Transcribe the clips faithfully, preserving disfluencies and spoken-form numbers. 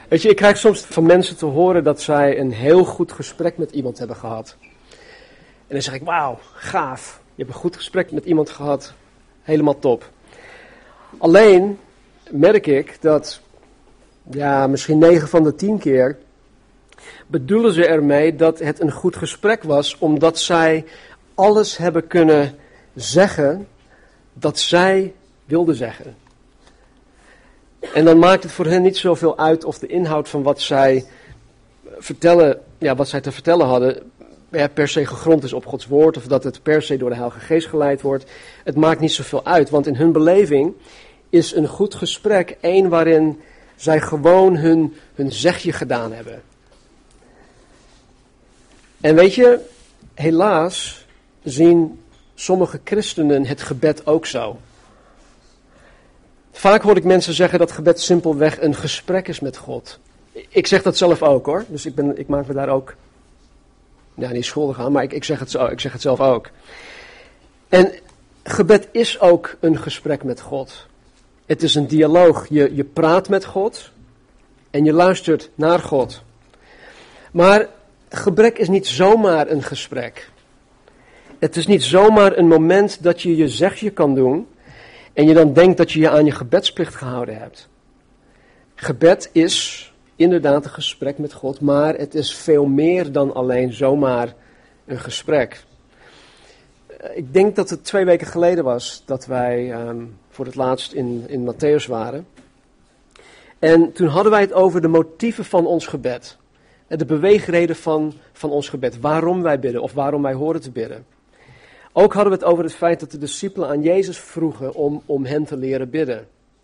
Weet je, ik krijg soms van mensen te horen dat zij een heel goed gesprek met iemand hebben gehad. En dan zeg ik, wauw, gaaf. Je hebt een goed gesprek met iemand gehad. Helemaal top. Alleen merk ik dat, ja, misschien negen van de tien keer bedoelen ze ermee dat het een goed gesprek was, omdat zij alles hebben kunnen zeggen dat zij wilden zeggen. En dan maakt het voor hen niet zoveel uit of de inhoud van wat zij vertellen, ja, wat zij te vertellen hadden, per se gegrond is op Gods woord, of dat het per se door de Heilige Geest geleid wordt. Het maakt niet zoveel uit, want in hun beleving is een goed gesprek één waarin zij gewoon hun, hun zegje gedaan hebben. En weet je, helaas zien sommige christenen het gebed ook zo. Vaak hoor ik mensen zeggen dat gebed simpelweg een gesprek is met God. Ik zeg dat zelf ook hoor, dus ik, ben, ik maak me daar ook, ja, niet schuldig aan, maar ik, ik, zeg het zo, ik zeg het zelf ook. En gebed is ook een gesprek met God. Het is een dialoog. Je, je praat met God en je luistert naar God. Maar gebed is niet zomaar een gesprek. Het is niet zomaar een moment dat je je zegje kan doen en je dan denkt dat je je aan je gebedsplicht gehouden hebt. Gebed is inderdaad een gesprek met God, maar het is veel meer dan alleen zomaar een gesprek. Ik denk dat het twee weken geleden was dat wij um, voor het laatst in, in Matthäus waren. En toen hadden wij het over de motieven van ons gebed. De beweegreden van, van ons gebed. Waarom wij bidden of waarom wij horen te bidden. Ook hadden we het over het feit dat de discipelen aan Jezus vroegen om, om hen te leren bidden.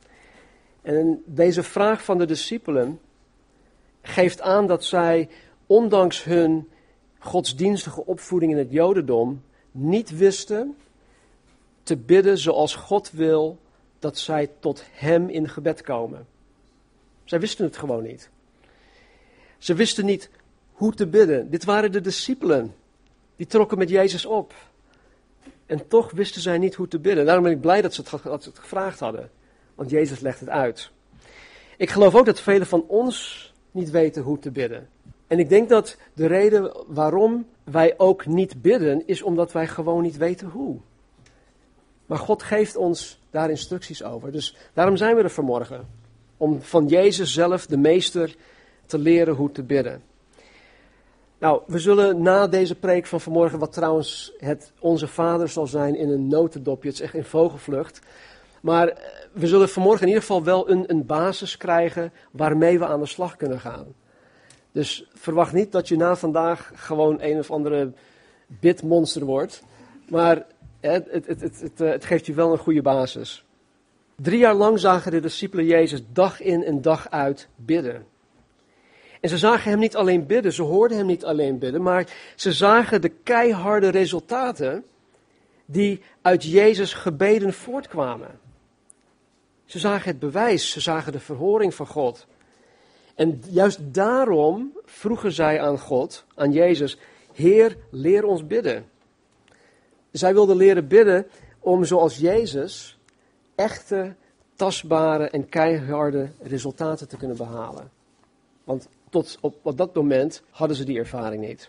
En deze vraag van de discipelen geeft aan dat zij, ondanks hun godsdienstige opvoeding in het Jodendom, niet wisten te bidden zoals God wil dat zij tot hem in gebed komen. Zij wisten het gewoon niet. Ze wisten niet hoe te bidden. Dit waren de discipelen. Die trokken met Jezus op. En toch wisten zij niet hoe te bidden. Daarom ben ik blij dat ze het, dat ze het gevraagd hadden. Want Jezus legt het uit. Ik geloof ook dat velen van ons niet weten hoe te bidden. En ik denk dat de reden waarom wij ook niet bidden, is omdat wij gewoon niet weten hoe. Maar God geeft ons daar instructies over. Dus daarom zijn we er vanmorgen. Om van Jezus zelf, de meester, te leren hoe te bidden. Nou, we zullen na deze preek van vanmorgen, wat trouwens het Onze Vader zal zijn in een notendopje, het is echt in vogelvlucht. Maar we zullen vanmorgen in ieder geval wel een, een basis krijgen waarmee we aan de slag kunnen gaan. Dus verwacht niet dat je na vandaag gewoon een of andere bidmonster wordt. Maar het, het, het, het, het, het geeft je wel een goede basis. Drie jaar lang zagen de discipelen Jezus dag in en dag uit bidden. En ze zagen hem niet alleen bidden, ze hoorden hem niet alleen bidden, maar ze zagen de keiharde resultaten die uit Jezus' gebeden voortkwamen. Ze zagen het bewijs, ze zagen de verhoring van God. En juist daarom vroegen zij aan God, aan Jezus, Heer, leer ons bidden. Zij wilden leren bidden om zoals Jezus echte, tastbare en keiharde resultaten te kunnen behalen. Want tot op, op dat moment hadden ze die ervaring niet.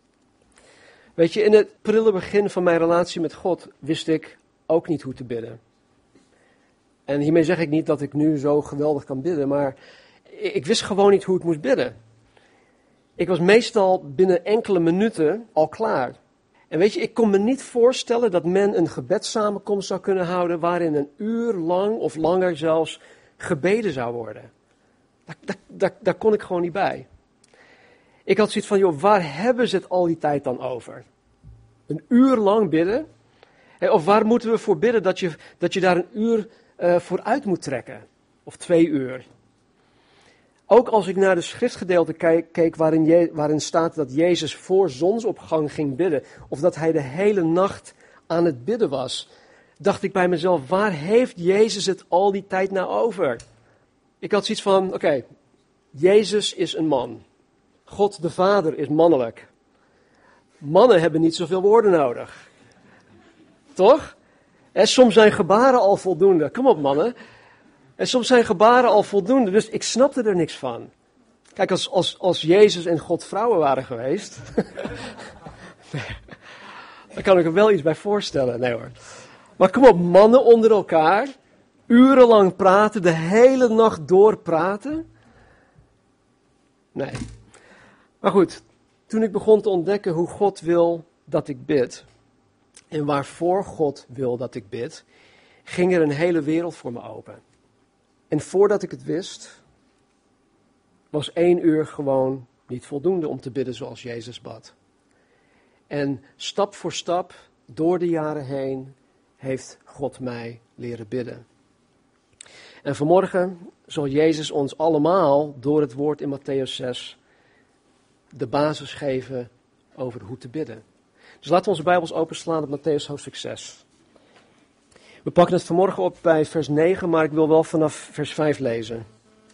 Weet je, in het prille begin van mijn relatie met God wist ik ook niet hoe te bidden. En hiermee zeg ik niet dat ik nu zo geweldig kan bidden, maar ik wist gewoon niet hoe ik moest bidden. Ik was meestal binnen enkele minuten al klaar. En weet je, ik kon me niet voorstellen dat men een gebedssamenkomst zou kunnen houden waarin een uur lang of langer zelfs gebeden zou worden. Daar, daar, daar, daar kon ik gewoon niet bij. Ik had zoiets van, joh, waar hebben ze het al die tijd dan over? Een uur lang bidden? Of waar moeten we voor bidden dat je, dat je daar een uur uh, voor uit moet trekken? Of twee uur? Ook als ik naar de schriftgedeelte keek, keek waarin, je, waarin staat dat Jezus voor zonsopgang ging bidden, of dat hij de hele nacht aan het bidden was, dacht ik bij mezelf, waar heeft Jezus het al die tijd nou over? Ik had zoiets van, oké, okay, Jezus is een man. God de Vader is mannelijk. Mannen hebben niet zoveel woorden nodig. Toch? En soms zijn gebaren al voldoende. Kom op mannen. En soms zijn gebaren al voldoende. Dus ik snapte er niks van. Kijk, als, als, als Jezus en God vrouwen waren geweest, dan kan ik er wel iets bij voorstellen. Nee hoor. Maar kom op, mannen onder elkaar, urenlang praten, de hele nacht door praten. Nee. Maar goed, toen ik begon te ontdekken hoe God wil dat ik bid, en waarvoor God wil dat ik bid, ging er een hele wereld voor me open. En voordat ik het wist, was één uur gewoon niet voldoende om te bidden zoals Jezus bad. En stap voor stap, door de jaren heen, heeft God mij leren bidden. En vanmorgen zal Jezus ons allemaal door het woord in Mattheüs zes de basis geven over hoe te bidden. Dus laten we onze Bijbels openslaan op Mattheüs hoofdstuk zes. We pakken het vanmorgen op bij vers negen, maar ik wil wel vanaf vers vijf lezen.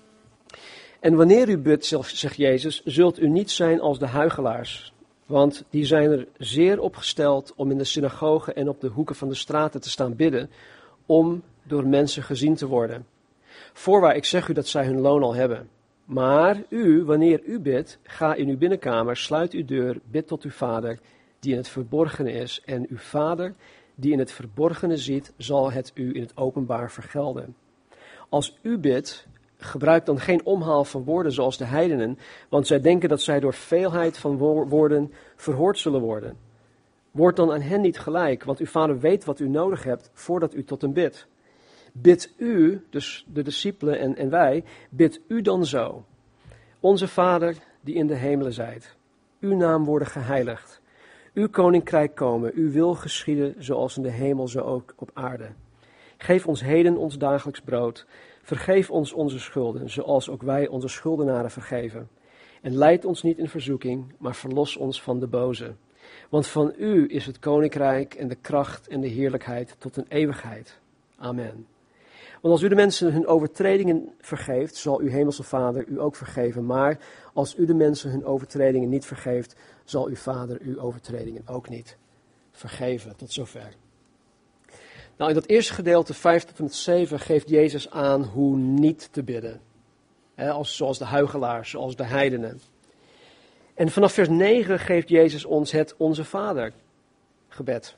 En wanneer u bidt, zegt Jezus, zult u niet zijn als de huichelaars. Want die zijn er zeer op gesteld om in de synagogen en op de hoeken van de straten te staan bidden, om door mensen gezien te worden. Voorwaar, ik zeg u dat zij hun loon al hebben. Maar u, wanneer u bidt, ga in uw binnenkamer, sluit uw deur, bid tot uw vader, die in het verborgene is. En uw vader, die in het verborgene ziet, zal het u in het openbaar vergelden. Als u bidt, gebruik dan geen omhaal van woorden zoals de heidenen, want zij denken dat zij door veelheid van wo- woorden verhoord zullen worden. Word dan aan hen niet gelijk, want uw vader weet wat u nodig hebt voordat u tot hem bidt. Bid u, dus de discipelen en, en wij, bid u dan zo. Onze Vader die in de hemelen zijt, uw naam worden geheiligd. Uw koninkrijk komen, uw wil geschieden zoals in de hemel zo ook op aarde. Geef ons heden ons dagelijks brood. Vergeef ons onze schulden, zoals ook wij onze schuldenaren vergeven. En leid ons niet in verzoeking, maar verlos ons van de boze. Want van u is het koninkrijk en de kracht en de heerlijkheid tot een eeuwigheid. Amen. Want als u de mensen hun overtredingen vergeeft, zal uw hemelse Vader u ook vergeven. Maar als u de mensen hun overtredingen niet vergeeft, zal uw Vader uw overtredingen ook niet vergeven. Tot zover. Nou, in dat eerste gedeelte, vijf tot en met zeven, geeft Jezus aan hoe niet te bidden. He, als, zoals de huichelaars, zoals de heidenen. En vanaf vers negen geeft Jezus ons het Onze Vader gebed.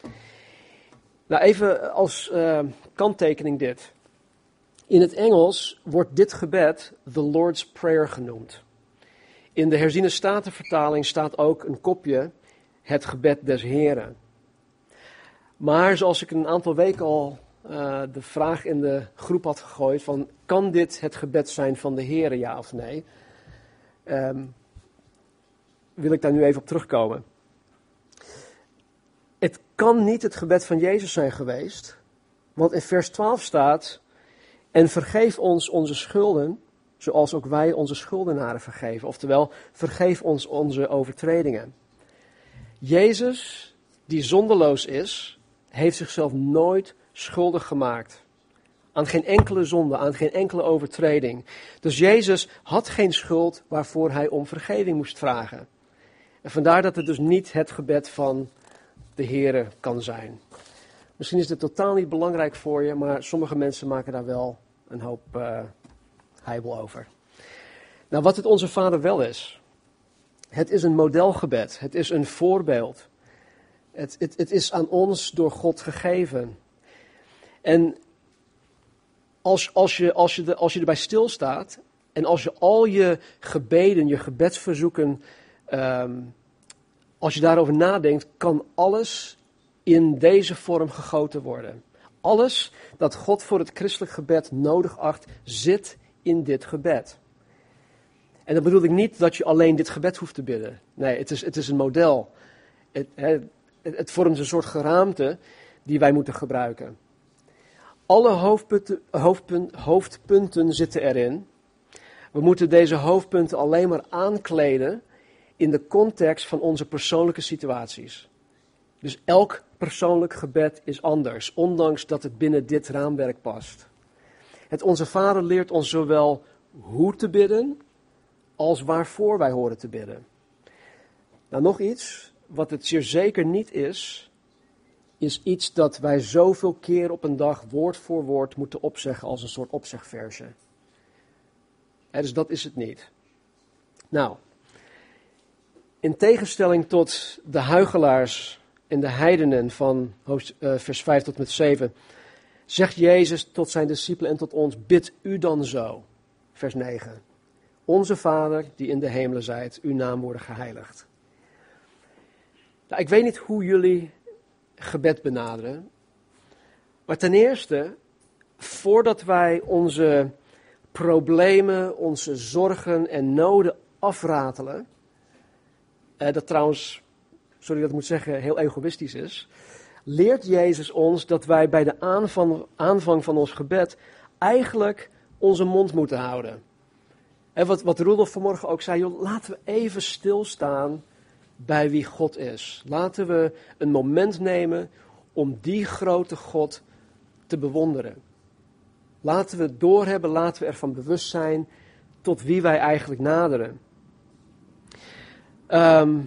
Nou, even als uh, kanttekening dit. In het Engels wordt dit gebed the Lord's Prayer genoemd. In de herziene statenvertaling staat ook een kopje het gebed des Heren. Maar zoals ik een aantal weken al uh, de vraag in de groep had gegooid van, kan dit het gebed zijn van de Heren, ja of nee? Um, wil ik daar nu even op terugkomen. Het kan niet het gebed van Jezus zijn geweest, want in vers twaalf staat, en vergeef ons onze schulden, zoals ook wij onze schuldenaren vergeven. Oftewel, vergeef ons onze overtredingen. Jezus, die zondeloos is, heeft zichzelf nooit schuldig gemaakt. Aan geen enkele zonde, aan geen enkele overtreding. Dus Jezus had geen schuld waarvoor hij om vergeving moest vragen. En vandaar dat het dus niet het gebed van de Heere kan zijn. Misschien is dit totaal niet belangrijk voor je, maar sommige mensen maken daar wel een hoop uh, heibel over. Nou, wat het Onze Vader wel is. Het is een modelgebed. Het is een voorbeeld. Het, het, het is aan ons door God gegeven. En als, als, je, als, je de, als je erbij stilstaat en als je al je gebeden, je gebedsverzoeken, um, als je daarover nadenkt, kan alles in deze vorm gegoten worden. Alles dat God voor het christelijk gebed nodig acht, zit in dit gebed. En dan bedoel ik niet dat je alleen dit gebed hoeft te bidden. Nee, het is, het is een model. Het, het, het vormt een soort geraamte die wij moeten gebruiken. Alle hoofdpunten, hoofdpunt, hoofdpunten zitten erin. We moeten deze hoofdpunten alleen maar aankleden in de context van onze persoonlijke situaties. Dus elk persoonlijk gebed is anders, ondanks dat het binnen dit raamwerk past. Het Onze Vader leert ons zowel hoe te bidden, als waarvoor wij horen te bidden. Nou, nog iets, wat het zeer zeker niet is, is iets dat wij zoveel keer op een dag woord voor woord moeten opzeggen als een soort opzegversje. He, dus dat is het niet. Nou, in tegenstelling tot de huichelaars en de heidenen van hoofd, uh, vers vijf tot met zeven, zegt Jezus tot zijn discipelen en tot ons, bid u dan zo. Vers negen. Onze Vader die in de hemelen zijt, uw naam worden geheiligd. Nou, ik weet niet hoe jullie gebed benaderen. Maar ten eerste, voordat wij onze problemen, onze zorgen en noden afratelen, eh, dat trouwens, sorry dat ik moet zeggen, heel egoïstisch is, leert Jezus ons dat wij bij de aanvang, aanvang van ons gebed eigenlijk onze mond moeten houden. En wat, wat Rudolf vanmorgen ook zei, joh, laten we even stilstaan bij wie God is. Laten we een moment nemen om die grote God te bewonderen. Laten we het doorhebben, laten we ervan bewust zijn tot wie wij eigenlijk naderen. Um,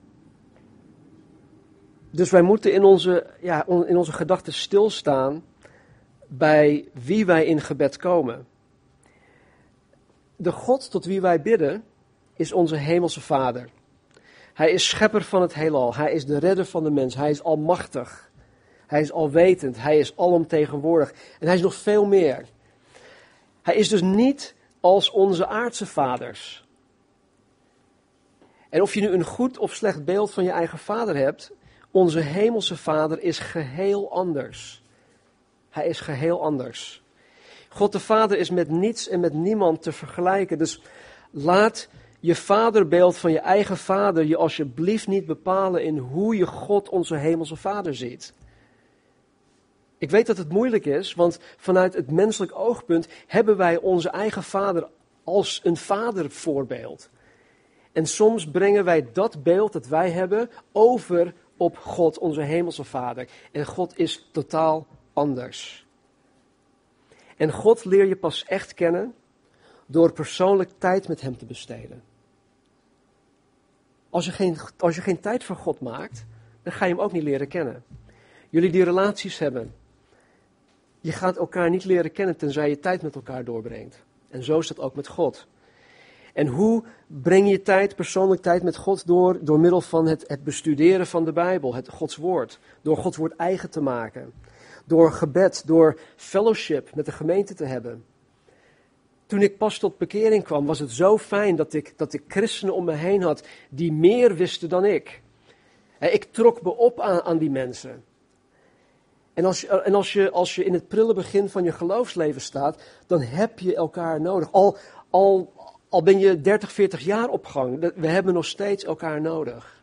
dus wij moeten in onze, ja, in onze gedachten stilstaan bij wie wij in gebed komen. De God tot wie wij bidden is onze hemelse Vader. Hij is schepper van het heelal. Hij is de redder van de mens. Hij is almachtig. Hij is alwetend. Hij is alomtegenwoordig. En hij is nog veel meer. Hij is dus niet als onze aardse vaders. En of je nu een goed of slecht beeld van je eigen vader hebt, onze hemelse Vader is geheel anders. Hij is geheel anders. God de Vader is met niets en met niemand te vergelijken. Dus laat je vaderbeeld van je eigen vader je alsjeblieft niet bepalen in hoe je God, onze hemelse Vader, ziet. Ik weet dat het moeilijk is, want vanuit het menselijk oogpunt hebben wij onze eigen vader als een vadervoorbeeld. En soms brengen wij dat beeld dat wij hebben over op God, onze hemelse Vader. En God is totaal anders. En God leer je pas echt kennen door persoonlijk tijd met hem te besteden. Als je geen, als je geen tijd voor God maakt, dan ga je hem ook niet leren kennen. Jullie die relaties hebben, je gaat elkaar niet leren kennen tenzij je tijd met elkaar doorbrengt. En zo is dat ook met God. En hoe breng je tijd, persoonlijk tijd met God door? Door middel van het, het bestuderen van de Bijbel, het Gods woord. Door Gods woord eigen te maken. Door gebed, door fellowship met de gemeente te hebben. Toen ik pas tot bekering kwam, was het zo fijn dat ik, dat ik christenen om me heen had die meer wisten dan ik. Ik trok me op aan, aan die mensen. En, als, en als, je, als je in het prille begin van je geloofsleven staat, dan heb je elkaar nodig. Al, al, al ben je dertig, veertig jaar op gang, we hebben nog steeds elkaar nodig.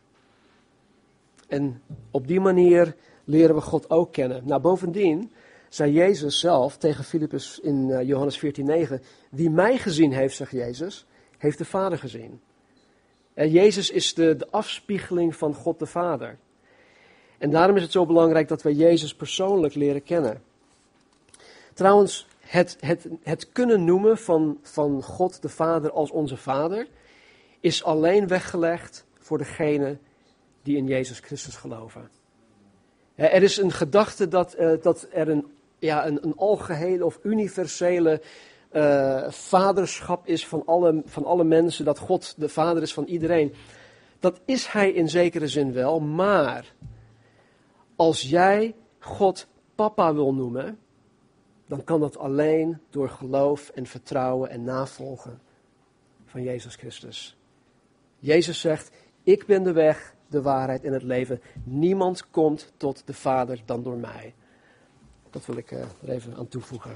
En op die manier leren we God ook kennen. Nou, bovendien zei Jezus zelf tegen Filippus in uh, Johannes veertien negen, wie mij gezien heeft, zegt Jezus, heeft de Vader gezien. En Jezus is de, de afspiegeling van God de Vader. En daarom is het zo belangrijk dat wij Jezus persoonlijk leren kennen. Trouwens, het, het, het kunnen noemen van, van God de Vader als onze Vader is alleen weggelegd voor degenen die in Jezus Christus geloven. Er is een gedachte dat, uh, dat er een, ja, een, een algehele of universele uh, vaderschap is van alle, van alle mensen, dat God de Vader is van iedereen. Dat is hij in zekere zin wel, maar als jij God papa wil noemen, dan kan dat alleen door geloof en vertrouwen en navolgen van Jezus Christus. Jezus zegt, ik ben de weg, de waarheid en het leven. Niemand komt tot de Vader dan door mij. Dat wil ik uh, er even aan toevoegen.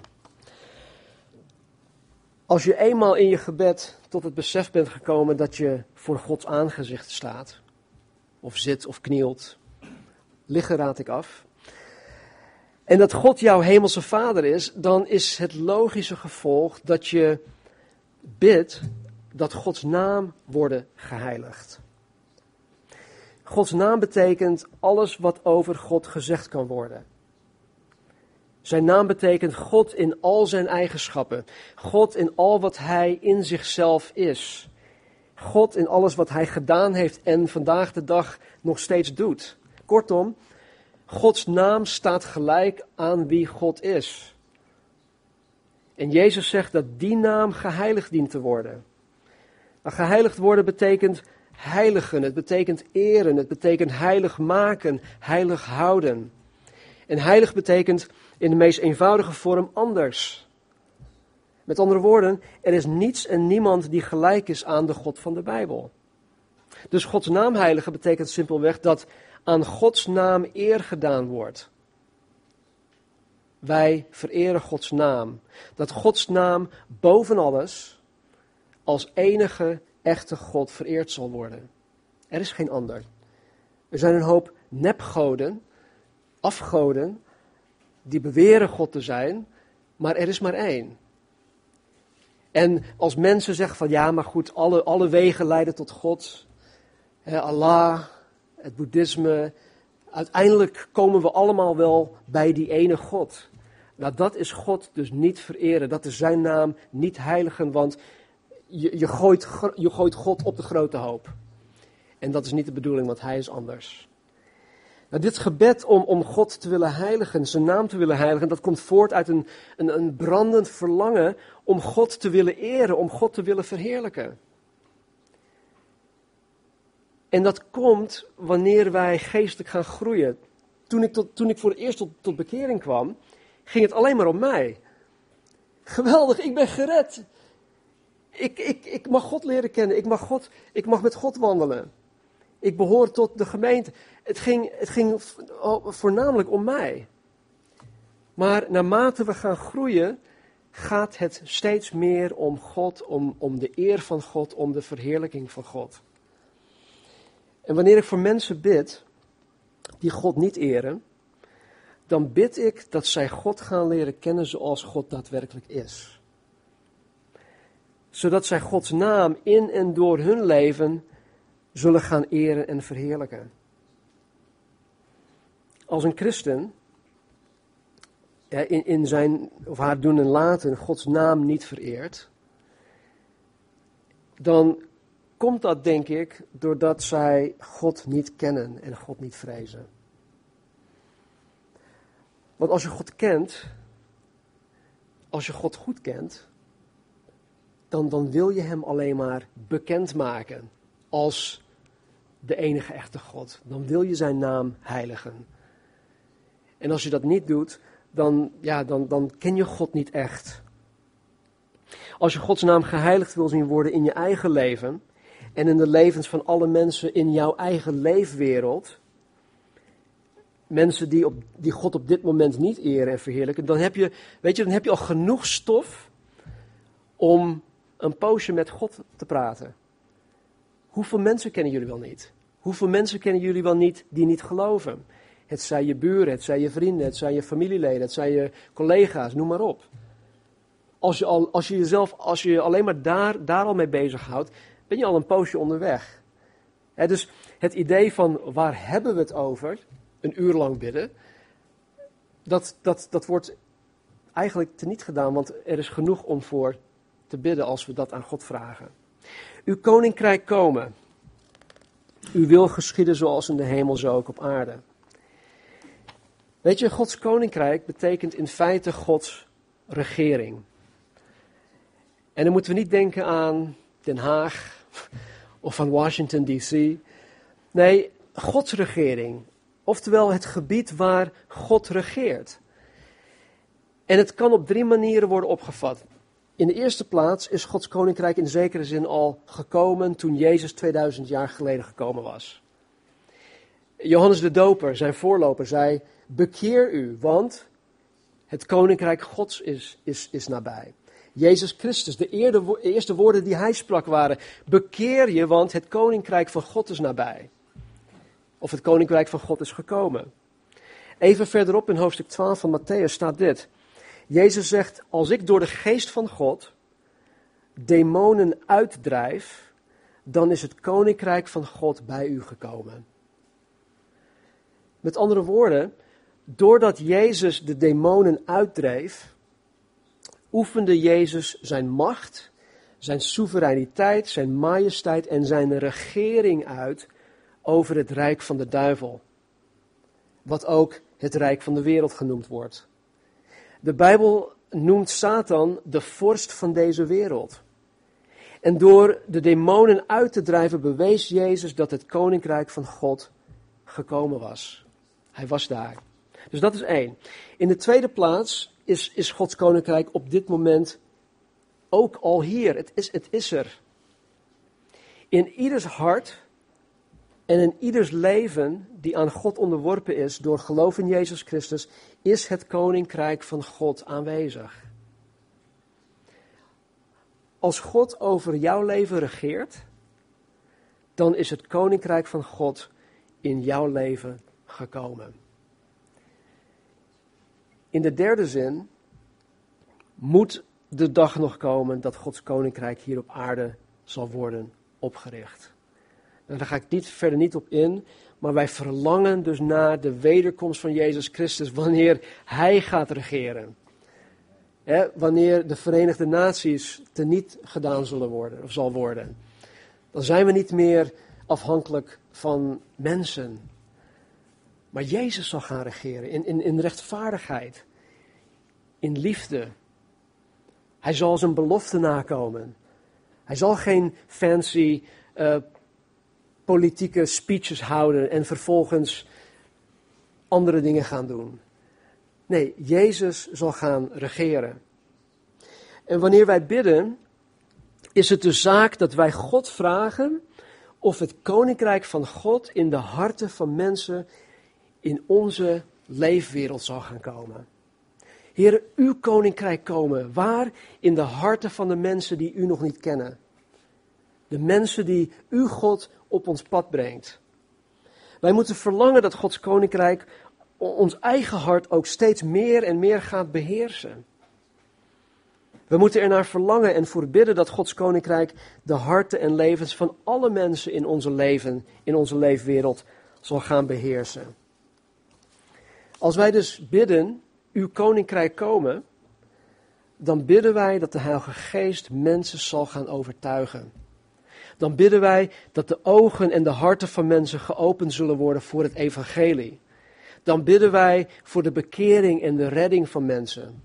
Als je eenmaal in je gebed tot het besef bent gekomen dat je voor Gods aangezicht staat, of zit of knielt, liggen raad ik af, en dat God jouw hemelse Vader is, dan is het logische gevolg dat je bidt dat Gods naam worden geheiligd. Gods naam betekent alles wat over God gezegd kan worden. Zijn naam betekent God in al zijn eigenschappen. God in al wat hij in zichzelf is. God in alles wat hij gedaan heeft en vandaag de dag nog steeds doet. Kortom, Gods naam staat gelijk aan wie God is. En Jezus zegt dat die naam geheiligd dient te worden. Maar geheiligd worden betekent heiligen, het betekent eren, het betekent heilig maken, heilig houden. En heilig betekent in de meest eenvoudige vorm anders. Met andere woorden, er is niets en niemand die gelijk is aan de God van de Bijbel. Dus Gods naam heiligen betekent simpelweg dat aan Gods naam eer gedaan wordt. Wij vereren Gods naam. Dat Gods naam boven alles als enige echte God vereerd zal worden. Er is geen ander. Er zijn een hoop nepgoden, afgoden, die beweren God te zijn, maar er is maar één. En als mensen zeggen van ja, maar goed, alle, alle wegen leiden tot God. He, Allah, het boeddhisme. Uiteindelijk komen we allemaal wel bij die ene God. Nou, dat is God dus niet vereren. Dat is zijn naam niet heiligen, want je, je, gooit, je gooit God op de grote hoop. En dat is niet de bedoeling, want hij is anders. Nou, dit gebed om, om God te willen heiligen, zijn naam te willen heiligen, dat komt voort uit een, een, een brandend verlangen om God te willen eren, om God te willen verheerlijken. En dat komt wanneer wij geestelijk gaan groeien. Toen ik, tot, toen ik voor het eerst tot, tot bekering kwam, ging het alleen maar om mij. Geweldig, ik ben gered. Ik, ik, ik mag God leren kennen, ik mag, God, ik mag met God wandelen. Ik behoor tot de gemeente. Het ging, het ging voornamelijk om mij. Maar naarmate we gaan groeien, gaat het steeds meer om God, om, om de eer van God, om de verheerlijking van God. En wanneer ik voor mensen bid die God niet eren, dan bid ik dat zij God gaan leren kennen zoals God daadwerkelijk is. Zodat zij Gods naam in en door hun leven zullen gaan eren en verheerlijken. Als een christen ja, in, in zijn of haar doen en laten Gods naam niet vereert, dan komt dat, denk ik, doordat zij God niet kennen en God niet vrezen. Want als je God kent, als je God goed kent, dan, dan wil je hem alleen maar bekendmaken als de enige echte God. Dan wil je zijn naam heiligen. En als je dat niet doet, dan, ja, dan, dan ken je God niet echt. Als je Gods naam geheiligd wil zien worden in je eigen leven en in de levens van alle mensen in jouw eigen leefwereld, mensen die, op, die God op dit moment niet eren en verheerlijken, dan heb je, weet je, dan heb je al genoeg stof om een poosje met God te praten. Hoeveel mensen kennen jullie wel niet? Hoeveel mensen kennen jullie wel niet die niet geloven? Het zijn je buren, het zijn je vrienden, het zijn je familieleden, het zijn je collega's, noem maar op. Als je, al, als je jezelf, als je je alleen maar daar, daar al mee bezighoudt, ben je al een poosje onderweg. He, dus het idee van waar hebben we het over, een uur lang bidden, dat, dat, dat wordt eigenlijk teniet gedaan, want er is genoeg om voor te bidden als we dat aan God vragen. Uw koninkrijk komen. Uw wil geschieden zoals in de hemel, zo ook op aarde. Weet je, Gods koninkrijk betekent in feite Gods regering. En dan moeten we niet denken aan Den Haag of aan Washington D C. Nee, Gods regering. Oftewel het gebied waar God regeert. En het kan op drie manieren worden opgevat. In de eerste plaats is Gods koninkrijk in zekere zin al gekomen toen Jezus tweeduizend jaar geleden gekomen was. Johannes de Doper, zijn voorloper, zei: bekeer u, want het koninkrijk Gods is, is, is nabij. Jezus Christus, de eerde, eerste woorden die hij sprak waren: bekeer je, want het koninkrijk van God is nabij. Of het koninkrijk van God is gekomen. Even verderop in hoofdstuk twaalf van Matthäus staat dit. Jezus zegt: als ik door de geest van God demonen uitdrijf, dan is het koninkrijk van God bij u gekomen. Met andere woorden, doordat Jezus de demonen uitdreef, oefende Jezus zijn macht, zijn soevereiniteit, zijn majesteit en zijn regering uit over het rijk van de duivel. Wat ook het rijk van de wereld genoemd wordt. De Bijbel noemt Satan de vorst van deze wereld. En door de demonen uit te drijven bewees Jezus dat het koninkrijk van God gekomen was. Hij was daar. Dus dat is één. In de tweede plaats is, is Gods koninkrijk op dit moment ook al hier. Het is, het is er. In ieders hart en in ieders leven die aan God onderworpen is door geloof in Jezus Christus, is het koninkrijk van God aanwezig. Als God over jouw leven regeert, dan is het koninkrijk van God in jouw leven gekomen. In de derde zin moet de dag nog komen dat Gods koninkrijk hier op aarde zal worden opgericht. En daar ga ik niet, verder niet op in, maar wij verlangen dus naar de wederkomst van Jezus Christus wanneer Hij gaat regeren. He, wanneer de Verenigde Naties teniet gedaan zullen worden, of zal worden. Dan zijn we niet meer afhankelijk van mensen. Maar Jezus zal gaan regeren in, in, in rechtvaardigheid, in liefde. Hij zal zijn belofte nakomen. Hij zal geen fancy uh, politieke speeches houden en vervolgens andere dingen gaan doen. Nee, Jezus zal gaan regeren. En wanneer wij bidden, is het de zaak dat wij God vragen of het koninkrijk van God in de harten van mensen in onze leefwereld zal gaan komen. Heer, uw koninkrijk komen. Waar? In de harten van de mensen die u nog niet kennen. De mensen die uw God op ons pad brengt. Wij moeten verlangen dat Gods koninkrijk ons eigen hart ook steeds meer en meer gaat beheersen. We moeten ernaar verlangen en voor bidden dat Gods koninkrijk de harten en levens van alle mensen in onze leven, in onze leefwereld, zal gaan beheersen. Als wij dus bidden, uw koninkrijk komen, dan bidden wij dat de Heilige Geest mensen zal gaan overtuigen. Dan bidden wij dat de ogen en de harten van mensen geopend zullen worden voor het evangelie. Dan bidden wij voor de bekering en de redding van mensen.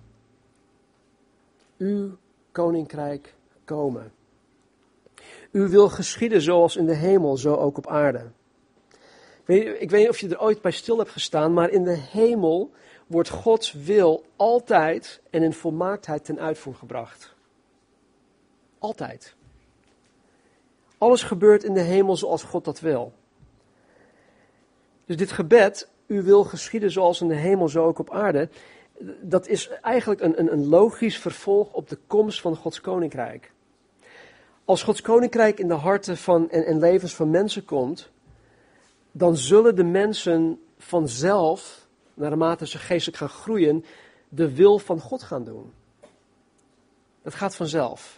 Uw koninkrijk komen. U wil geschieden zoals in de hemel, zo ook op aarde. Ik weet, ik weet niet of je er ooit bij stil hebt gestaan, maar in de hemel wordt Gods wil altijd en in volmaaktheid ten uitvoer gebracht. Altijd. Alles gebeurt in de hemel zoals God dat wil. Dus dit gebed, u wil geschieden zoals in de hemel, zo ook op aarde, dat is eigenlijk een, een, een logisch vervolg op de komst van Gods koninkrijk. Als Gods koninkrijk in de harten van, en, en levens van mensen komt, dan zullen de mensen vanzelf, naarmate ze geestelijk gaan groeien, de wil van God gaan doen. Dat gaat vanzelf.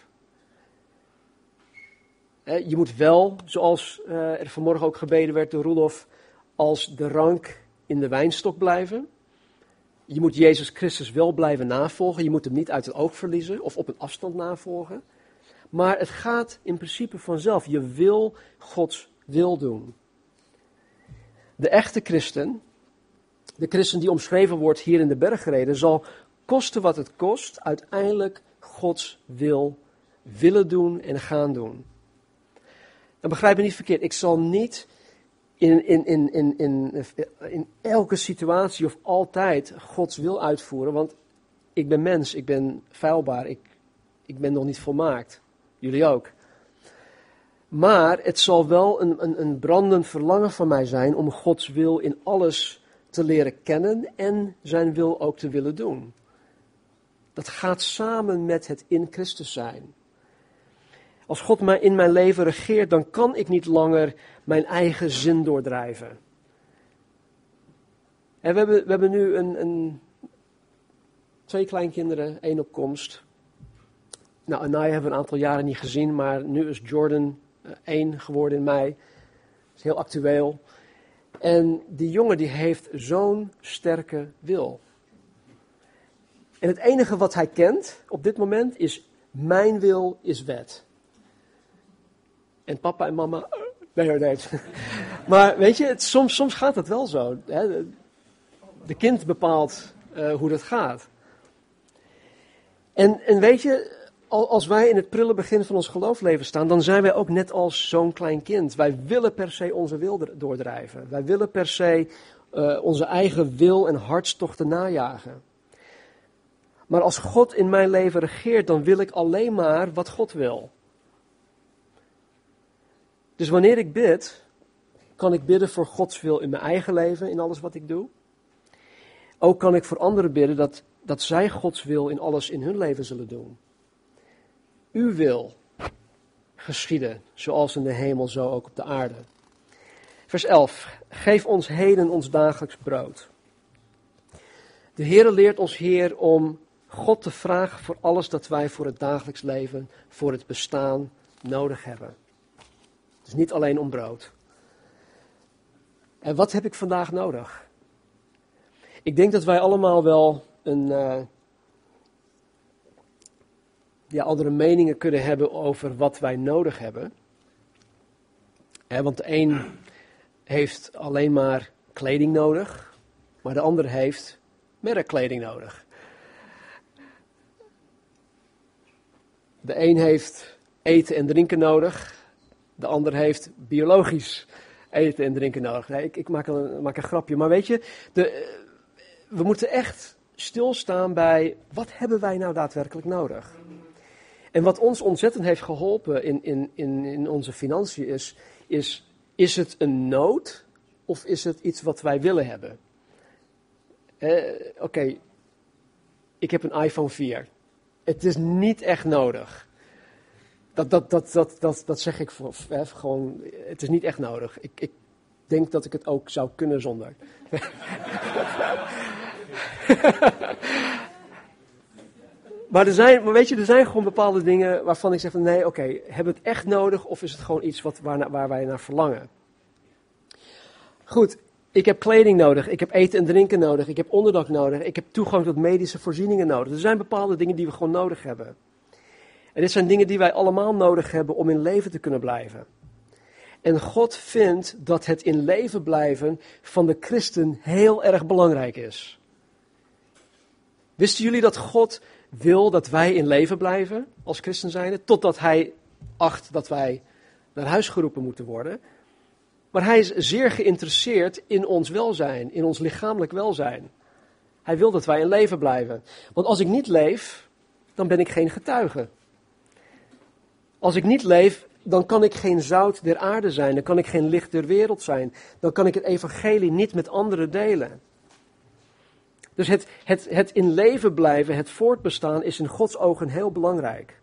Je moet wel, zoals er vanmorgen ook gebeden werd door Roelof, als de rank in de wijnstok blijven. Je moet Jezus Christus wel blijven navolgen. Je moet hem niet uit het oog verliezen of op een afstand navolgen. Maar het gaat in principe vanzelf. Je wil Gods wil doen. De echte christen, de christen die omschreven wordt hier in de bergreden, zal kosten wat het kost, uiteindelijk Gods wil willen doen en gaan doen. Dan begrijp me niet verkeerd, ik zal niet in, in, in, in, in, in elke situatie of altijd Gods wil uitvoeren, want ik ben mens, ik ben feilbaar, ik, ik ben nog niet volmaakt. Jullie ook. Maar het zal wel een, een, een brandend verlangen van mij zijn om Gods wil in alles te leren kennen en zijn wil ook te willen doen. Dat gaat samen met het in Christus zijn. Als God mij in mijn leven regeert, dan kan ik niet langer mijn eigen zin doordrijven. En we, hebben, we hebben nu een, een, twee kleinkinderen, één op komst. Nou, Anaya hebben we een aantal jaren niet gezien, maar nu is Jordan uh, één geworden in mei. Dat is heel actueel. En die jongen die heeft zo'n sterke wil. En het enige wat hij kent op dit moment is, mijn wil is wet. En papa en mama, nee hoor, nee. Maar weet je, het, soms, soms gaat het wel zo. Hè? De, de kind bepaalt uh, hoe dat gaat. En, en weet je, als wij in het prille begin van ons geloofsleven staan, dan zijn wij ook net als zo'n klein kind. Wij willen per se onze wil doordrijven. Wij willen per se uh, onze eigen wil en hartstochten najagen. Maar als God in mijn leven regeert, dan wil ik alleen maar wat God wil. Dus wanneer ik bid, kan ik bidden voor Gods wil in mijn eigen leven, in alles wat ik doe. Ook kan ik voor anderen bidden dat, dat zij Gods wil in alles in hun leven zullen doen. Uw wil geschieden, zoals in de hemel, zo ook op de aarde. Vers elf. Geef ons heden ons dagelijks brood. De Heere leert ons hier om God te vragen voor alles dat wij voor het dagelijks leven, voor het bestaan nodig hebben. Dus niet alleen om brood. En wat heb ik vandaag nodig? Ik denk dat wij allemaal wel een, uh, ja, andere meningen kunnen hebben over wat wij nodig hebben. He, want de een heeft alleen maar kleding nodig, maar de ander heeft merkkleding nodig. De een heeft eten en drinken nodig, de ander heeft biologisch eten en drinken nodig. Nee, ik ik maak, een, maak een grapje, maar weet je, de, we moeten echt stilstaan bij wat hebben wij nou daadwerkelijk nodig. En wat ons ontzettend heeft geholpen in, in, in, in onze financiën is, is, is het een nood of is het iets wat wij willen hebben? Eh, Oké, okay. Ik heb een iPhone vier. Het is niet echt nodig. Dat, dat, dat, dat, dat, dat zeg ik voor, hè, gewoon, het is niet echt nodig. Ik, ik denk dat ik het ook zou kunnen zonder. Maar, er zijn, maar weet je, er zijn gewoon bepaalde dingen waarvan ik zeg van nee, oké, okay, hebben we het echt nodig of is het gewoon iets wat, waar, waar wij naar verlangen? Goed, ik heb kleding nodig, ik heb eten en drinken nodig, ik heb onderdak nodig, ik heb toegang tot medische voorzieningen nodig. Er zijn bepaalde dingen die we gewoon nodig hebben. En dit zijn dingen die wij allemaal nodig hebben om in leven te kunnen blijven. En God vindt dat het in leven blijven van de christen heel erg belangrijk is. Wisten jullie dat God wil dat wij in leven blijven als christen zijnde, totdat hij acht dat wij naar huis geroepen moeten worden? Maar hij is zeer geïnteresseerd in ons welzijn, in ons lichamelijk welzijn. Hij wil dat wij in leven blijven. Want als ik niet leef, dan ben ik geen getuige. Als ik niet leef, dan kan ik geen zout der aarde zijn, dan kan ik geen licht der wereld zijn. Dan kan ik het evangelie niet met anderen delen. Dus het, het, het in leven blijven, het voortbestaan is in Gods ogen heel belangrijk.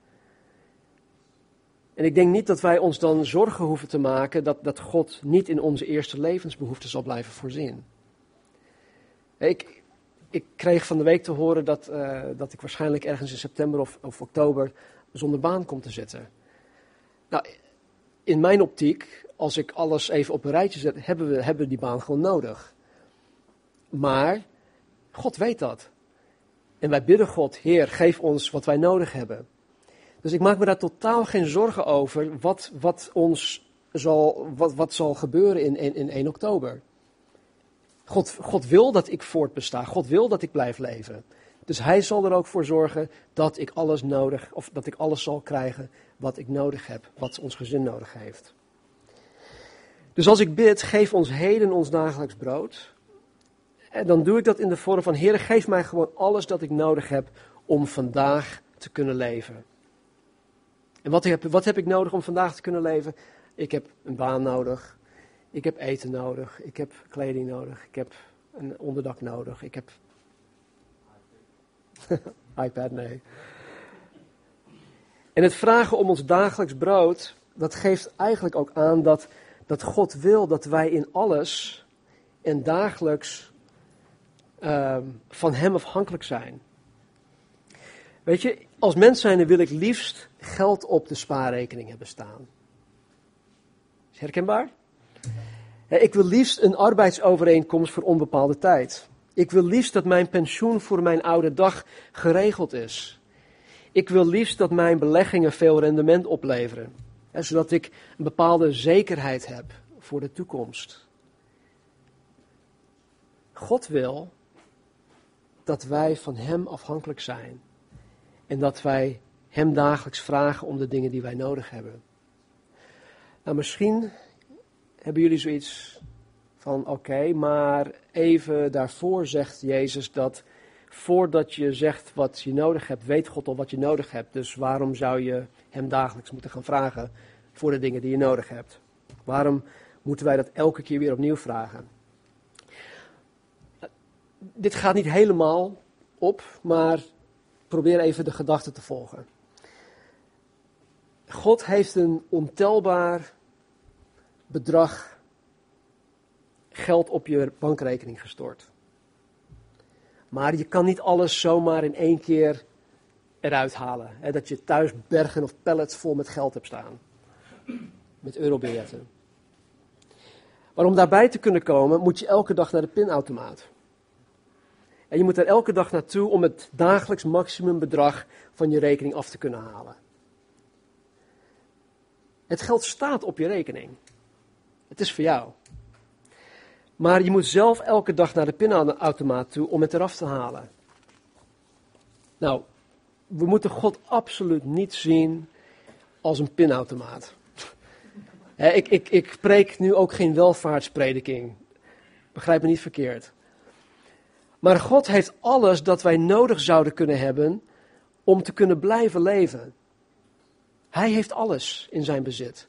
En ik denk niet dat wij ons dan zorgen hoeven te maken dat, dat God niet in onze eerste levensbehoeften zal blijven voorzien. Ik, ik kreeg van de week te horen dat, uh, dat ik waarschijnlijk ergens in september of, of oktober zonder baan kom te zitten. Nou, in mijn optiek, als ik alles even op een rijtje zet, hebben we, hebben we die baan gewoon nodig. Maar God weet dat. En wij bidden God, Heer, geef ons wat wij nodig hebben. Dus ik maak me daar totaal geen zorgen over wat, wat ons zal, wat, wat zal gebeuren in, in, in één oktober. God, God wil dat ik voortbesta. God wil dat ik blijf leven. Dus hij zal er ook voor zorgen dat ik alles nodig, of dat ik alles zal krijgen wat ik nodig heb, wat ons gezin nodig heeft. Dus als ik bid, geef ons heden ons dagelijks brood. En dan doe ik dat in de vorm van, Heer, geef mij gewoon alles dat ik nodig heb om vandaag te kunnen leven. En wat heb, wat heb ik nodig om vandaag te kunnen leven? Ik heb een baan nodig. Ik heb eten nodig. Ik heb kleding nodig. Ik heb een onderdak nodig. Ik heb... iPad, nee. En het vragen om ons dagelijks brood, dat geeft eigenlijk ook aan dat, dat God wil dat wij in alles en dagelijks uh, van hem afhankelijk zijn. Weet je, als mens zijnde wil ik liefst geld op de spaarrekening hebben staan. Is herkenbaar? Ik wil liefst een arbeidsovereenkomst voor onbepaalde tijd. Ik wil liefst dat mijn pensioen voor mijn oude dag geregeld is. Ik wil liefst dat mijn beleggingen veel rendement opleveren. Hè, zodat ik een bepaalde zekerheid heb voor de toekomst. God wil dat wij van hem afhankelijk zijn. En dat wij hem dagelijks vragen om de dingen die wij nodig hebben. Nou, misschien hebben jullie zoiets van, oké, okay, maar even daarvoor zegt Jezus dat voordat je zegt wat je nodig hebt, weet God al wat je nodig hebt. Dus waarom zou je hem dagelijks moeten gaan vragen voor de dingen die je nodig hebt? Waarom moeten wij dat elke keer weer opnieuw vragen? Dit gaat niet helemaal op, maar probeer even de gedachte te volgen. God heeft een ontelbaar bedrag geld op je bankrekening gestort. Maar je kan niet alles zomaar in één keer eruit halen. Hè, dat je thuis bergen of pallets vol met geld hebt staan. Met eurobiljetten. Maar om daarbij te kunnen komen, moet je elke dag naar de pinautomaat. En je moet er elke dag naartoe om het dagelijks maximumbedrag van je rekening af te kunnen halen. Het geld staat op je rekening. Het is voor jou. Maar je moet zelf elke dag naar de pinautomaat toe om het eraf te halen. Nou, we moeten God absoluut niet zien als een pinautomaat. He, ik, ik, ik preek nu ook geen welvaartsprediking. Begrijp me niet verkeerd. Maar God heeft alles dat wij nodig zouden kunnen hebben om te kunnen blijven leven. Hij heeft alles in zijn bezit.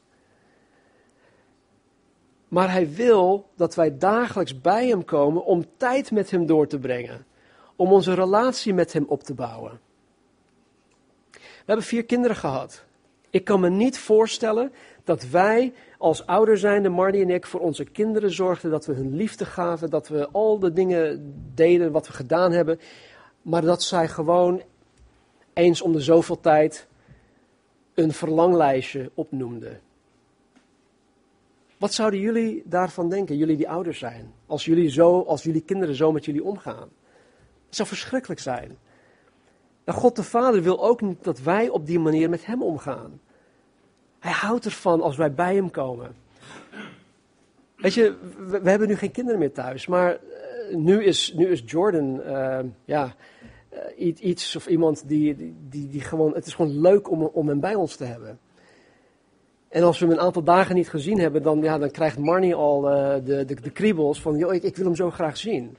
Maar hij wil dat wij dagelijks bij hem komen om tijd met hem door te brengen. Om onze relatie met hem op te bouwen. We hebben vier kinderen gehad. Ik kan me niet voorstellen dat wij als ouder zijnde, Marnie en ik, voor onze kinderen zorgden. Dat we hun liefde gaven, dat we al de dingen deden wat we gedaan hebben. Maar dat zij gewoon eens om de zoveel tijd een verlanglijstje opnoemden. Wat zouden jullie daarvan denken, jullie die ouders zijn, als jullie, zo, als jullie kinderen zo met jullie omgaan? Het zou verschrikkelijk zijn. Nou, God de Vader wil ook niet dat wij op die manier met hem omgaan. Hij houdt ervan als wij bij hem komen. Weet je, we, we hebben nu geen kinderen meer thuis, maar uh, nu, is, nu is Jordan uh, ja, uh, iets of iemand die, die, die, die gewoon, het is gewoon leuk om, om hem bij ons te hebben. En als we hem een aantal dagen niet gezien hebben, dan, ja, dan krijgt Marnie al uh, de, de, de kriebels van, joh, ik, ik wil hem zo graag zien.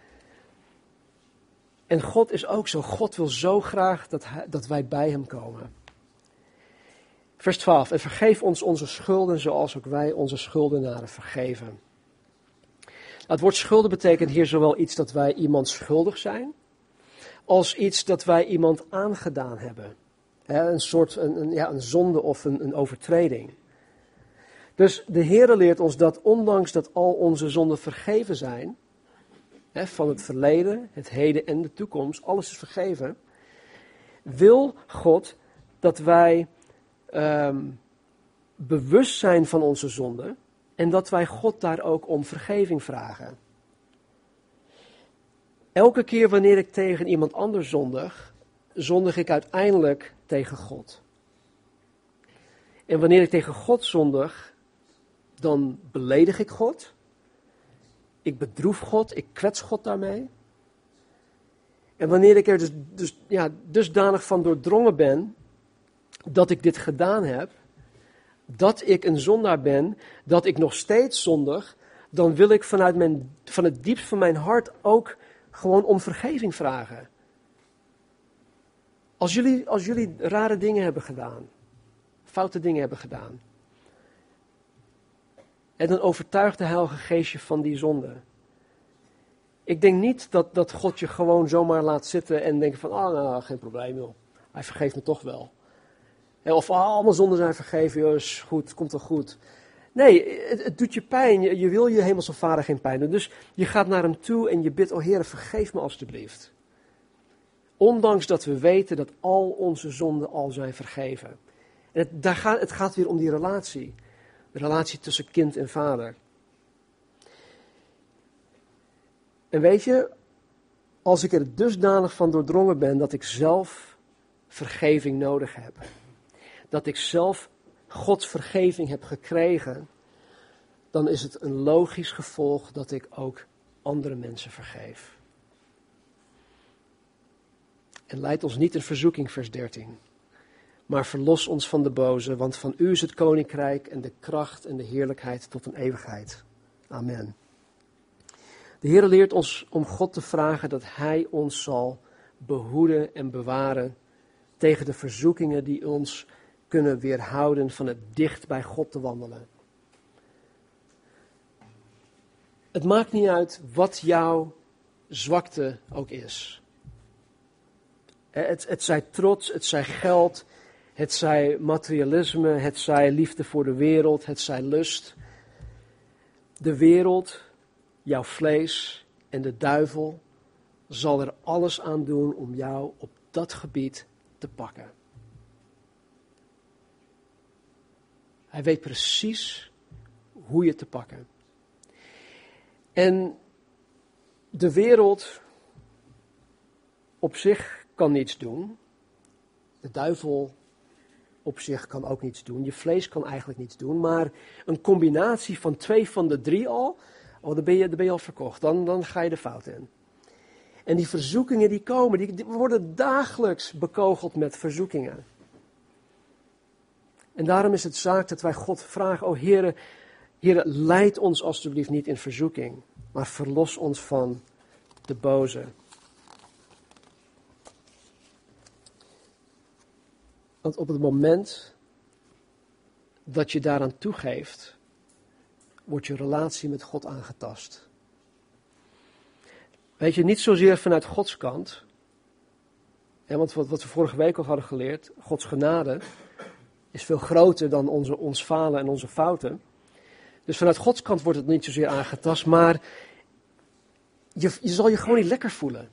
En God is ook zo. God wil zo graag dat, hij, dat wij bij hem komen. Vers twaalf. En vergeef ons onze schulden zoals ook wij onze schuldenaren vergeven. Het woord schulden betekent hier zowel iets dat wij iemand schuldig zijn, als iets dat wij iemand aangedaan hebben. He, een soort een, een, ja, een zonde of een, een overtreding. Dus de Heere leert ons dat ondanks dat al onze zonden vergeven zijn, he, van het verleden, het heden en de toekomst, alles is vergeven, wil God dat wij um, bewust zijn van onze zonden en dat wij God daar ook om vergeving vragen. Elke keer wanneer ik tegen iemand anders zondig, zondig ik uiteindelijk tegen God. En wanneer ik tegen God zondig, dan beledig ik God. Ik bedroef God, ik kwets God daarmee. En wanneer ik er dus, dus ja, dusdanig van doordrongen ben, dat ik dit gedaan heb, dat ik een zondaar ben, dat ik nog steeds zondig, dan wil ik vanuit mijn, van het diepst van mijn hart ook gewoon om vergeving vragen. Als jullie, als jullie rare dingen hebben gedaan, foute dingen hebben gedaan, en dan overtuigt de Heilige Geest je van die zonde. Ik denk niet dat, dat God je gewoon zomaar laat zitten en denkt van, ah, oh, nou, geen probleem joh, hij vergeeft me toch wel. Of oh, al mijn zonden zijn vergeven, joh, is goed, komt wel goed. Nee, het, het doet je pijn, je, je wil je hemelse Vader geen pijn doen. Dus je gaat naar hem toe en je bidt, oh Heere, vergeef me alstublieft. Ondanks dat we weten dat al onze zonden al zijn vergeven. En het, daar gaat, het gaat weer om die relatie. De relatie tussen kind en vader. En weet je, als ik er dusdanig van doordrongen ben dat ik zelf vergeving nodig heb. Dat ik zelf Gods vergeving heb gekregen. Dan is het een logisch gevolg dat ik ook andere mensen vergeef. En leidt ons niet in verzoeking, vers dertien. maar verlos ons van de boze, want van u is het koninkrijk en de kracht en de heerlijkheid tot een eeuwigheid. Amen. De Heer leert ons om God te vragen dat Hij ons zal behoeden en bewaren tegen de verzoekingen die ons kunnen weerhouden van het dicht bij God te wandelen. Het maakt niet uit wat jouw zwakte ook is. Het, het zij trots, het zij geld, het zij materialisme, het zij liefde voor de wereld, het zij lust. De wereld, jouw vlees en de duivel zal er alles aan doen om jou op dat gebied te pakken. Hij weet precies hoe je te pakken. En de wereld op zich kan niets doen. De duivel op zich kan ook niets doen. Je vlees kan eigenlijk niets doen. Maar een combinatie van twee van de drie al, oh, dan ben je, dan ben je al verkocht. Dan, dan ga je de fout in. En die verzoekingen die komen, die, die worden dagelijks bekogeld met verzoekingen. En daarom is het zaak dat wij God vragen, o Heere, Heere, leid ons alstublieft niet in verzoeking, maar verlos ons van de boze. Want op het moment dat je daaraan toegeeft, wordt je relatie met God aangetast. Weet je, niet zozeer vanuit Gods kant. Hè, want wat, wat we vorige week al hadden geleerd, Gods genade is veel groter dan onze, ons falen en onze fouten. Dus vanuit Gods kant wordt het niet zozeer aangetast, maar je, je zal je gewoon niet lekker voelen.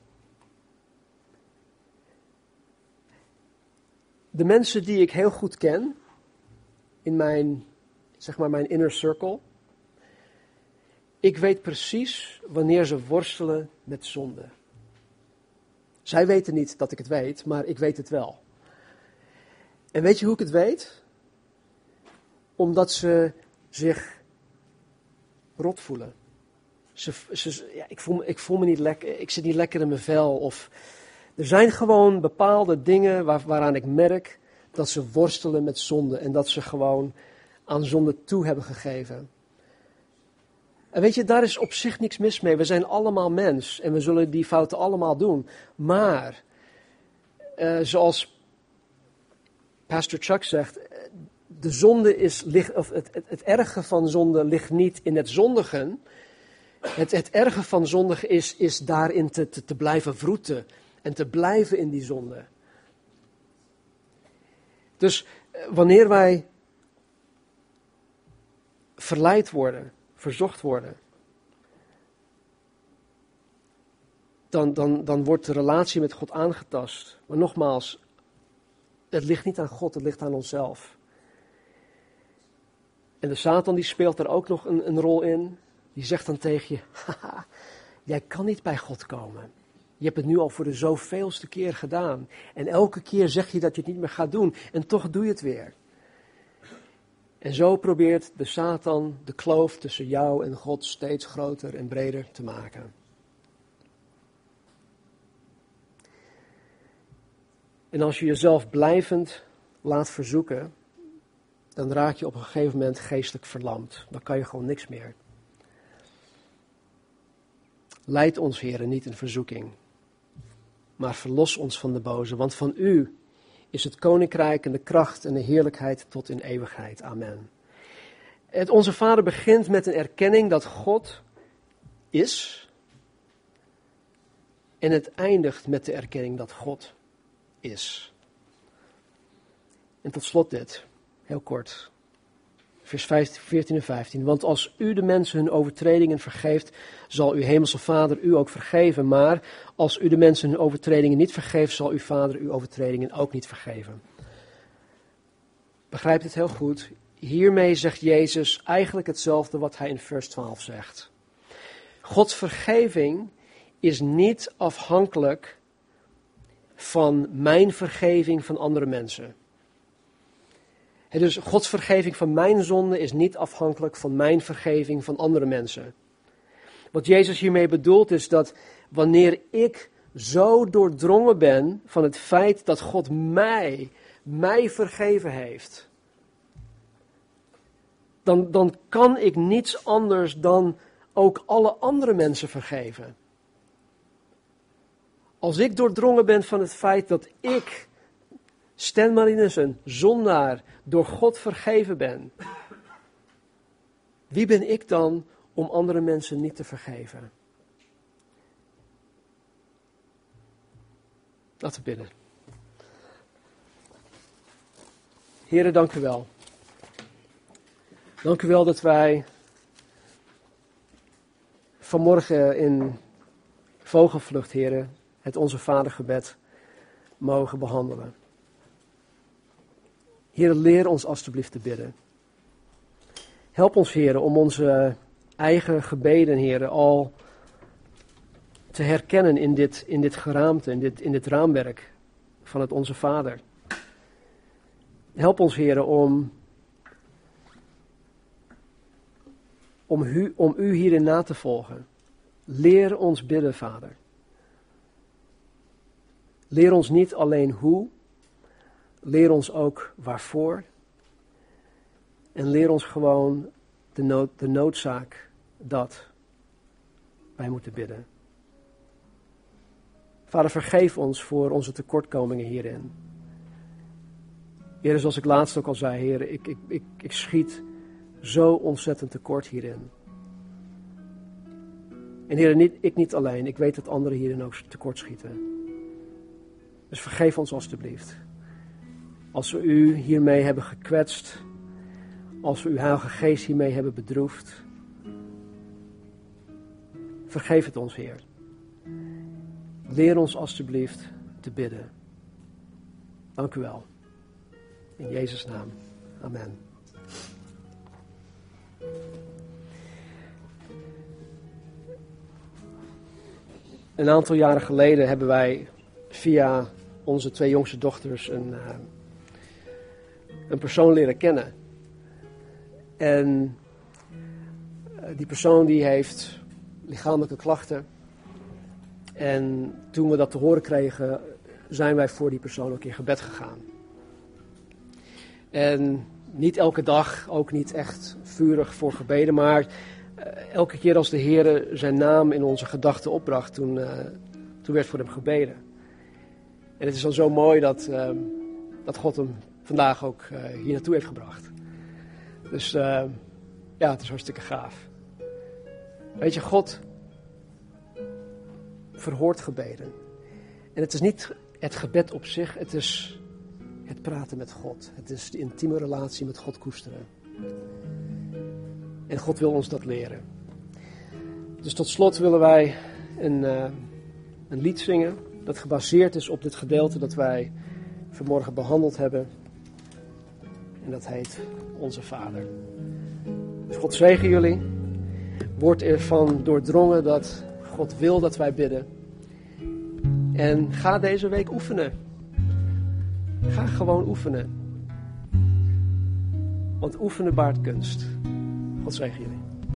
De mensen die ik heel goed ken, in mijn, zeg maar mijn inner circle, ik weet precies wanneer ze worstelen met zonde. Zij weten niet dat ik het weet, maar ik weet het wel. En weet je hoe ik het weet? Omdat ze zich rot voelen. Ze, ze, ja, ik, voel, ik voel me niet lekker, ik zit niet lekker in mijn vel. Of, er zijn gewoon bepaalde dingen waar, waaraan ik merk dat ze worstelen met zonde. En dat ze gewoon aan zonde toe hebben gegeven. En weet je, daar is op zich niks mis mee. We zijn allemaal mens en we zullen die fouten allemaal doen. Maar, uh, zoals Pastor Chuck zegt, de zonde is, ligt, of het, het, het erge van zonde ligt niet in het zondigen. Het, het erge van zondigen is, is daarin te, te, te blijven wroeten en te blijven in die zonde. Dus wanneer wij verleid worden, verzocht worden, dan, dan, dan wordt de relatie met God aangetast. Maar nogmaals, het ligt niet aan God, het ligt aan onszelf. En de Satan die speelt er ook nog een, een rol in. Die zegt dan tegen je, haha, jij kan niet bij God komen. Je hebt het nu al voor de zoveelste keer gedaan. En elke keer zeg je dat je het niet meer gaat doen. En toch doe je het weer. En zo probeert de Satan de kloof tussen jou en God steeds groter en breder te maken. En als je jezelf blijvend laat verzoeken, dan raak je op een gegeven moment geestelijk verlamd. Dan kan je gewoon niks meer. Leid ons, Heere, niet in verzoeking, maar verlos ons van de boze, want van u is het koninkrijk en de kracht en de heerlijkheid tot in eeuwigheid. Amen. Het Onze Vader begint met een erkenning dat God is. En het eindigt met de erkenning dat God is. En tot slot dit, heel kort. Vers veertien en vijftien. Want als u de mensen hun overtredingen vergeeft, zal uw hemelse Vader u ook vergeven. Maar als u de mensen hun overtredingen niet vergeeft, zal uw Vader uw overtredingen ook niet vergeven. Begrijp dit heel goed. Hiermee zegt Jezus eigenlijk hetzelfde wat hij in vers twaalf zegt. Gods vergeving is niet afhankelijk van mijn vergeving van andere mensen. He, dus Gods vergeving van mijn zonde is niet afhankelijk van mijn vergeving van andere mensen. Wat Jezus hiermee bedoelt is dat wanneer ik zo doordrongen ben van het feit dat God mij mij vergeven heeft, dan, dan kan ik niets anders dan ook alle andere mensen vergeven. Als ik doordrongen ben van het feit dat ik, Stan Marinus, een zondaar, door God vergeven ben, wie ben ik dan om andere mensen niet te vergeven? Laten we bidden. Heren, dank u wel. Dank u wel dat wij vanmorgen in vogelvlucht, heren, het Onze Vadergebed mogen behandelen. Heren, leer ons alstublieft te bidden. Help ons, heren, om onze eigen gebeden, heren, al te herkennen in dit, in dit geraamte, in dit, in dit raamwerk van het Onze Vader. Help ons, heren, om, om, u, om u hierin na te volgen. Leer ons bidden, Vader. Leer ons niet alleen hoe, leer ons ook waarvoor. En leer ons gewoon de, nood, de noodzaak dat wij moeten bidden. Vader, vergeef ons voor onze tekortkomingen hierin. Heer, zoals ik laatst ook al zei, Heer, ik, ik, ik, ik schiet zo ontzettend tekort hierin. En Heer, niet, ik niet alleen, ik weet dat anderen hierin ook tekort schieten. Dus vergeef ons alstublieft. Als we u hiermee hebben gekwetst, als we uw Heilige Geest hiermee hebben bedroefd, vergeef het ons, Heer. Leer ons alstublieft te bidden. Dank u wel. In Jezus' naam. Amen. Een aantal jaren geleden hebben wij via onze twee jongste dochters een, uh, een persoon leren kennen. En uh, die persoon die heeft lichamelijke klachten. En toen we dat te horen kregen, zijn wij voor die persoon ook in gebed gegaan. En niet elke dag, ook niet echt vurig voor gebeden, maar uh, elke keer als de Heer zijn naam in onze gedachten opbracht, toen, uh, toen werd voor hem gebeden. En het is dan zo mooi dat, uh, dat God hem vandaag ook uh, hier naartoe heeft gebracht. Dus uh, ja, het is hartstikke gaaf. Weet je, God verhoort gebeden. En het is niet het gebed op zich, het is het praten met God. Het is de intieme relatie met God koesteren. En God wil ons dat leren. Dus tot slot willen wij een, uh, een lied zingen dat gebaseerd is op dit gedeelte dat wij vanmorgen behandeld hebben. En dat heet Onze Vader. Dus God zegen jullie. Word ervan doordrongen dat God wil dat wij bidden. En ga deze week oefenen. Ga gewoon oefenen. Want oefenen baart kunst. God zegen jullie.